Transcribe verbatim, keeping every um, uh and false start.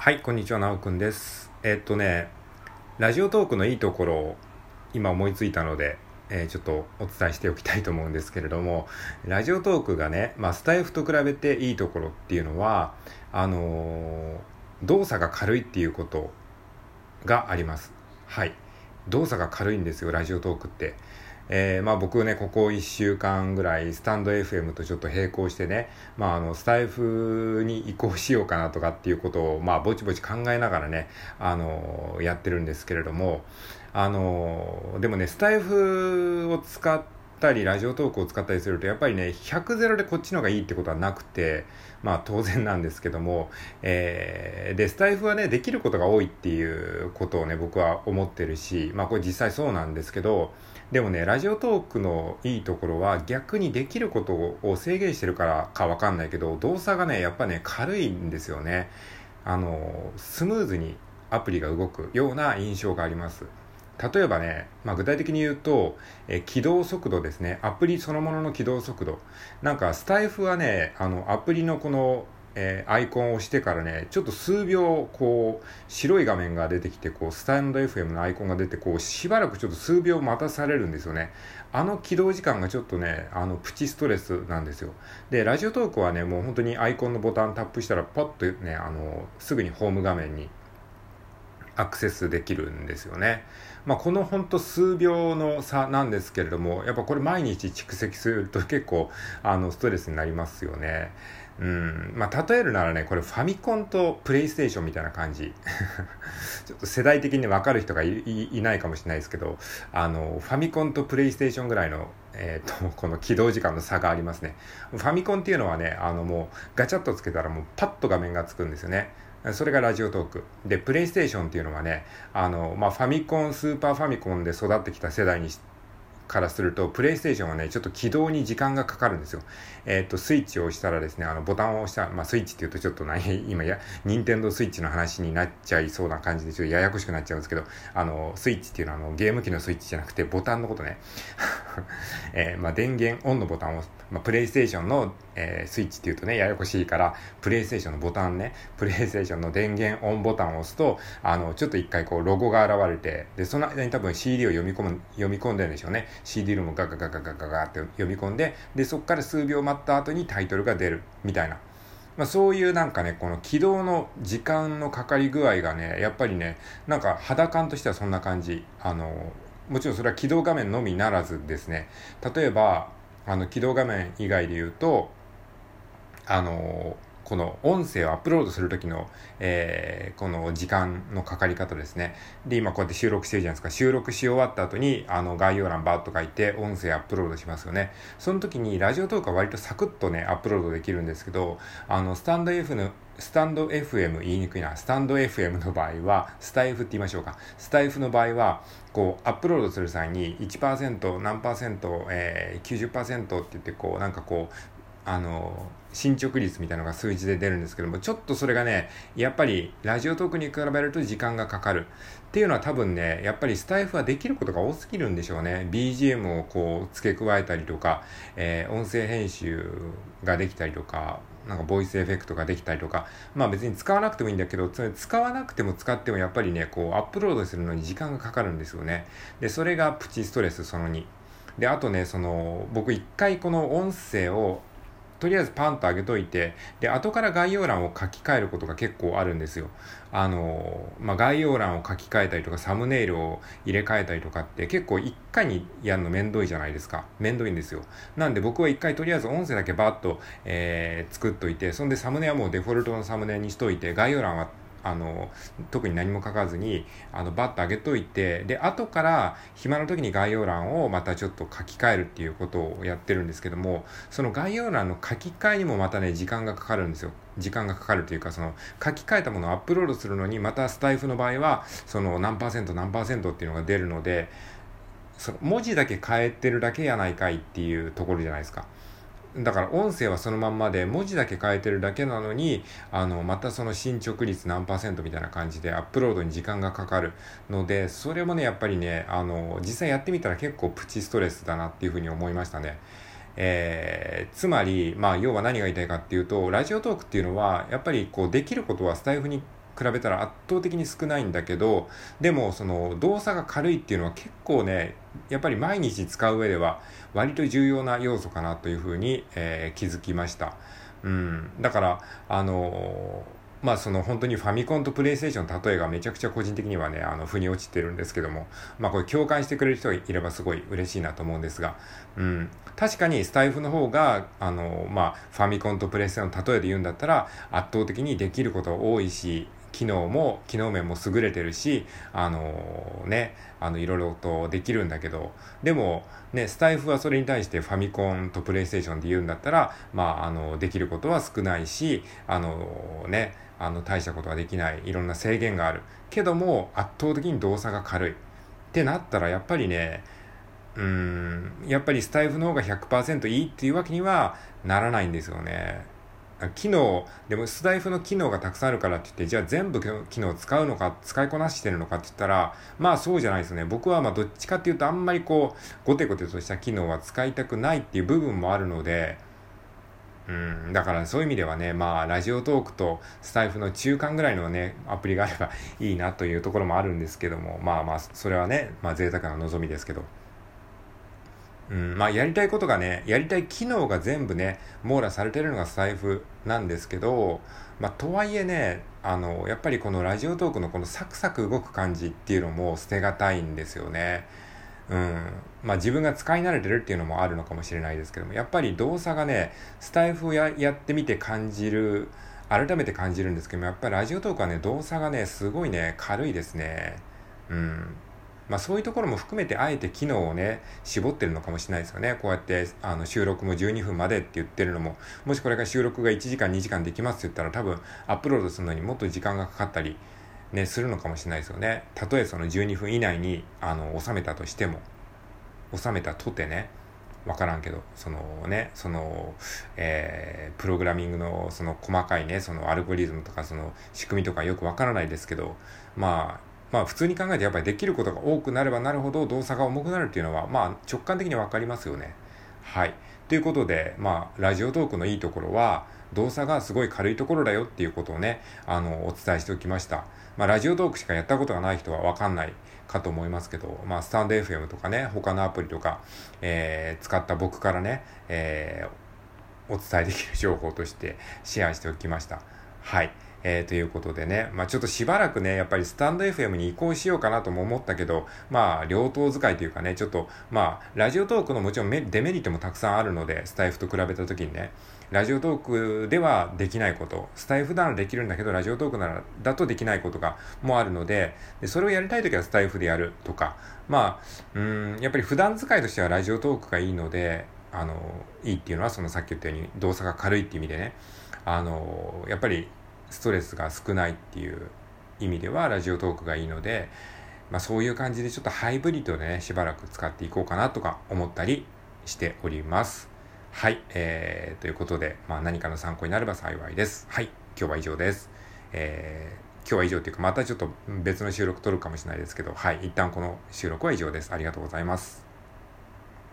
はい、こんにちは、なおくんです。えーっとね、ラジオトークのいいところを今思いついたので、えーちょっとお伝えしておきたいと思うんですけれども、ラジオトークがね、まあ、スタイフと比べていいところっていうのは、あのー動作が軽いっていうことがあります。はい。動作が軽いんですよ、ラジオトークって。えー、まあ僕ね、ここいっしゅうかんぐらいスタンド エフエム とちょっと並行してね、まああの、スタイフに移行しようかなとかっていうことを、まあぼちぼち考えながらね、あのーやってるんですけれども、あのーでもね、スタイフを使ったり、ラジオトークを使ったりすると、やっぱりね、ひゃくゼロでこっちの方がいいってことはなくて、まあ当然なんですけども、えー、で、スタイフはね、できることが多いっていうことをね、僕は思ってるし、まあこれ実際そうなんですけど、でもね、ラジオトークのいいところは逆にできることを制限してるからかわかんないけど、動作がね、やっぱね、軽いんですよね。あの、スムーズにアプリが動くような印象があります。例えばね、まあ、具体的に言うと、え起動速度ですね。アプリそのものの起動速度。なんか、スタイフはね、あの、アプリのこの、えーアイコンを押してからね、ちょっと数秒、こう、白い画面が出てきて、こう、スタンド エフエム のアイコンが出て、こう、しばらくちょっと数秒待たされるんですよね。あの起動時間がちょっとね、あの、プチストレスなんですよ。で、ラジオトークはね、もう本当にアイコンのボタンタップしたら、パッとね、あの、すぐにホーム画面にアクセスできるんですよね。まあ、このほんと数秒の差なんですけれども、やっぱこれ毎日蓄積すると結構あのストレスになりますよね。うん、まあ、例えるならね、これファミコンとプレイステーションみたいな感じ。ちょっと世代的に分かる人が い, い, いないかもしれないですけど、あの、ファミコンとプレイステーションぐらいの、えっ、と、この起動時間の差がありますね。ファミコンっていうのはね、あのもうガチャッとつけたらもうパッと画面がつくんですよね。それがラジオトーク。で、プレイステーションっていうのはね、あの、まあ、ファミコン、スーパーファミコンで育ってきた世代にからすると、プレイステーションはね、ちょっと起動に時間がかかるんですよ。えっ、と、スイッチを押したらですね、あの、ボタンを押した、まあ、スイッチって言うとちょっとな、今や、ニンテンドースイッチの話になっちゃいそうな感じで、ちょっとややこしくなっちゃうんですけど、あの、スイッチっていうのは、あの、ゲーム機のスイッチじゃなくて、ボタンのことね。えー、まあ、電源オンのボタンを、まあ、プレイステーションの、えー、スイッチっていうとね、ややこしいから、プレイステーションのボタンね、プレイステーションの電源オンボタンを押すと、あの、ちょっと一回こう、ロゴが現れて、で、その間に多分 シーディー を読み込む、読み込んでるんでしょうね。シーディー ロムガガガガガガガって読み込んで、で、そこから数秒待った後にタイトルが出る、みたいな。まあ、そういうなんかね、この起動の時間のかかり具合がね、やっぱりね、なんか肌感としてはそんな感じ。あの、もちろんそれは起動画面のみならずですね、例えば、あの、起動画面以外で言うと、あの、この音声をアップロードするときの、えー、この時間のかかり方ですね。で、今こうやって収録してるじゃないですか。収録し終わった後に、あの、概要欄バーッと書いて、音声アップロードしますよね。その時に、ラジオトークは割とサクッとね、アップロードできるんですけど、あの、スタンド F の、スタンド エフエム 言いにくいな。スタンド エフエム の場合は、スタイフって言いましょうか。スタイフの場合は、こう、アップロードする際にいちパーセント、何パーセント、えー、きゅうじゅっパーセント って言って、こう、なんかこう、あの、進捗率みたいなのが数字で出るんですけども、ちょっとそれがね、やっぱりラジオトークに比べると時間がかかる。っていうのは多分ね、やっぱりスタイフはできることが多すぎるんでしょうね。ビージーエム をこう付け加えたりとか、えー、音声編集ができたりとか、なんかボイスエフェクトができたりとか、まあ別に使わなくてもいいんだけど、使わなくても使ってもやっぱりね、こうアップロードするのに時間がかかるんですよね。で、それがプチストレスそのに。で、あとね、その、僕一回この音声をとりあえずパンと上げといて、で、後から概要欄を書き換えることが結構あるんですよ。あの、まあ、概要欄を書き換えたりとか、サムネイルを入れ替えたりとかって結構一回にやるのめんどいじゃないですか。めんどいんですよ。なんで僕は一回とりあえず音声だけバーッと、えー、作っといて、そんでサムネはもうデフォルトのサムネにしといて、概要欄はあの特に何も書かずにあのバッと上げといて、で後から暇な時に概要欄をまたちょっと書き換えるっていうことをやってるんですけども、その概要欄の書き換えにもまたね時間がかかるんですよ。時間がかかるというか、その書き換えたものをアップロードするのにまたスタイフの場合はその何パーセント何パーセントっていうのが出るので、その文字だけ変えてるだけやないかいっていうところじゃないですか。だから音声はそのまんまで文字だけ変えてるだけなのに、あのまたその進捗率何パーセントみたいな感じでアップロードに時間がかかるので、それもねやっぱりね、あの実際やってみたら結構プチストレスだなっていうふうに思いましたね。えー、つまりまあ要は何が言いたいかっていうと、ラジオトークっていうのはやっぱりこうできることはスタイフに比べたら圧倒的に少ないんだけど、でもその動作が軽いっていうのは結構ね、やっぱり毎日使う上では割と重要な要素かなというふうに、えー気づきました。うん、だからあのーまあその本当にファミコンとプレイステーションの例えがめちゃくちゃ個人的にはね、あの腑に落ちてるんですけども、まあこれ共感してくれる人がいればすごい嬉しいなと思うんですが、うん、確かにスタイフの方があのまあファミコンとプレイステの例えで言うんだったら圧倒的にできることが多いし、機能も機能面も優れてるし、あのね、あのいろいろとできるんだけど、でもね、スタイフはそれに対してファミコンとプレイステーションで言うんだったら、まああのできることは少ないし、あのね、あの大したことはできない、いろんな制限があるけども圧倒的に動作が軽いってなったら、やっぱりね、うーんやっぱりスタイフの方が ひゃくパーセント いいっていうわけにはならないんですよね。機能でもスタイフの機能がたくさんあるからって言って、じゃあ全部機能を使うのか、使いこなしてるのかって言ったら、まあそうじゃないですね。僕はまあどっちかっていうと、あんまりこうゴテゴテとした機能は使いたくないっていう部分もあるので、うん、だからそういう意味ではね、まあラジオトークとスタイフの中間ぐらいのねアプリがあればいいなというところもあるんですけども、まあまあそれはね、まあ贅沢な望みですけど、うん、まあやりたいことがね、やりたい機能が全部ね網羅されてるのがスタイフなんですけど、まあとはいえね、あのやっぱりこのラジオトークのこのサクサク動く感じっていうのも捨てがたいんですよね。うん、まあ自分が使い慣れてるっていうのもあるのかもしれないですけども、やっぱり動作がね、スタイフを や, やってみて感じる、改めて感じるんですけども、やっぱりラジオトークはね、動作がねすごいね軽いですね。うん、まあそういうところも含めてあえて機能をね絞ってるのかもしれないですよね。こうやってあの収録もじゅうにふんまでって言ってるのも、もしこれが収録がいちじかんにじかんできますって言ったら、多分アップロードするのにもっと時間がかかったりねするのかもしれないですよね。たとえそのじゅうにふん以内にあの収めたとしても、収めたとてね、わからんけど、そのね、その、えー、プログラミングのその細かいね、そのアルゴリズムとかその仕組みとかよくわからないですけど、まあ、まあ普通に考えてやっぱりできることが多くなればなるほど動作が重くなるっていうのは、まあ直感的にわかりますよね。はい。ということで、まあラジオトークのいいところは、動作がすごい軽いところだよっていうことをね、あの、お伝えしておきました。まあラジオトークしかやったことがない人はわかんないかと思いますけど、まあスタンド エフエム とかね、他のアプリとか、えー、使った僕からね、えー、お伝えできる情報としてシェアしておきました。はい。えー、ということでね、まあちょっとしばらくね、やっぱりスタンド エフエム に移行しようかなとも思ったけど、まあ両党使いというかね、ちょっと、まあラジオトークのもちろんデメリットもたくさんあるので、スタイフと比べたときにね、ラジオトークではできないこと、スタイフならできるんだけど、ラジオトークならだとできないことがもあるので、でそれをやりたいときはスタイフでやるとか、まあ、うーん、やっぱり普段使いとしてはラジオトークがいいので、あの、いいっていうのは、そのさっき言ったように動作が軽いっていう意味でね、あの、やっぱりストレスが少ないっていう意味ではラジオトークがいいので、まあそういう感じでちょっとハイブリッドでね、しばらく使っていこうかなとか思ったりしております。はい、えー、ということで、まあ何かの参考になれば幸いです。はい、今日は以上です。えー、今日は以上というか、またちょっと別の収録撮るかもしれないですけど、はい、一旦この収録は以上です。ありがとうございます。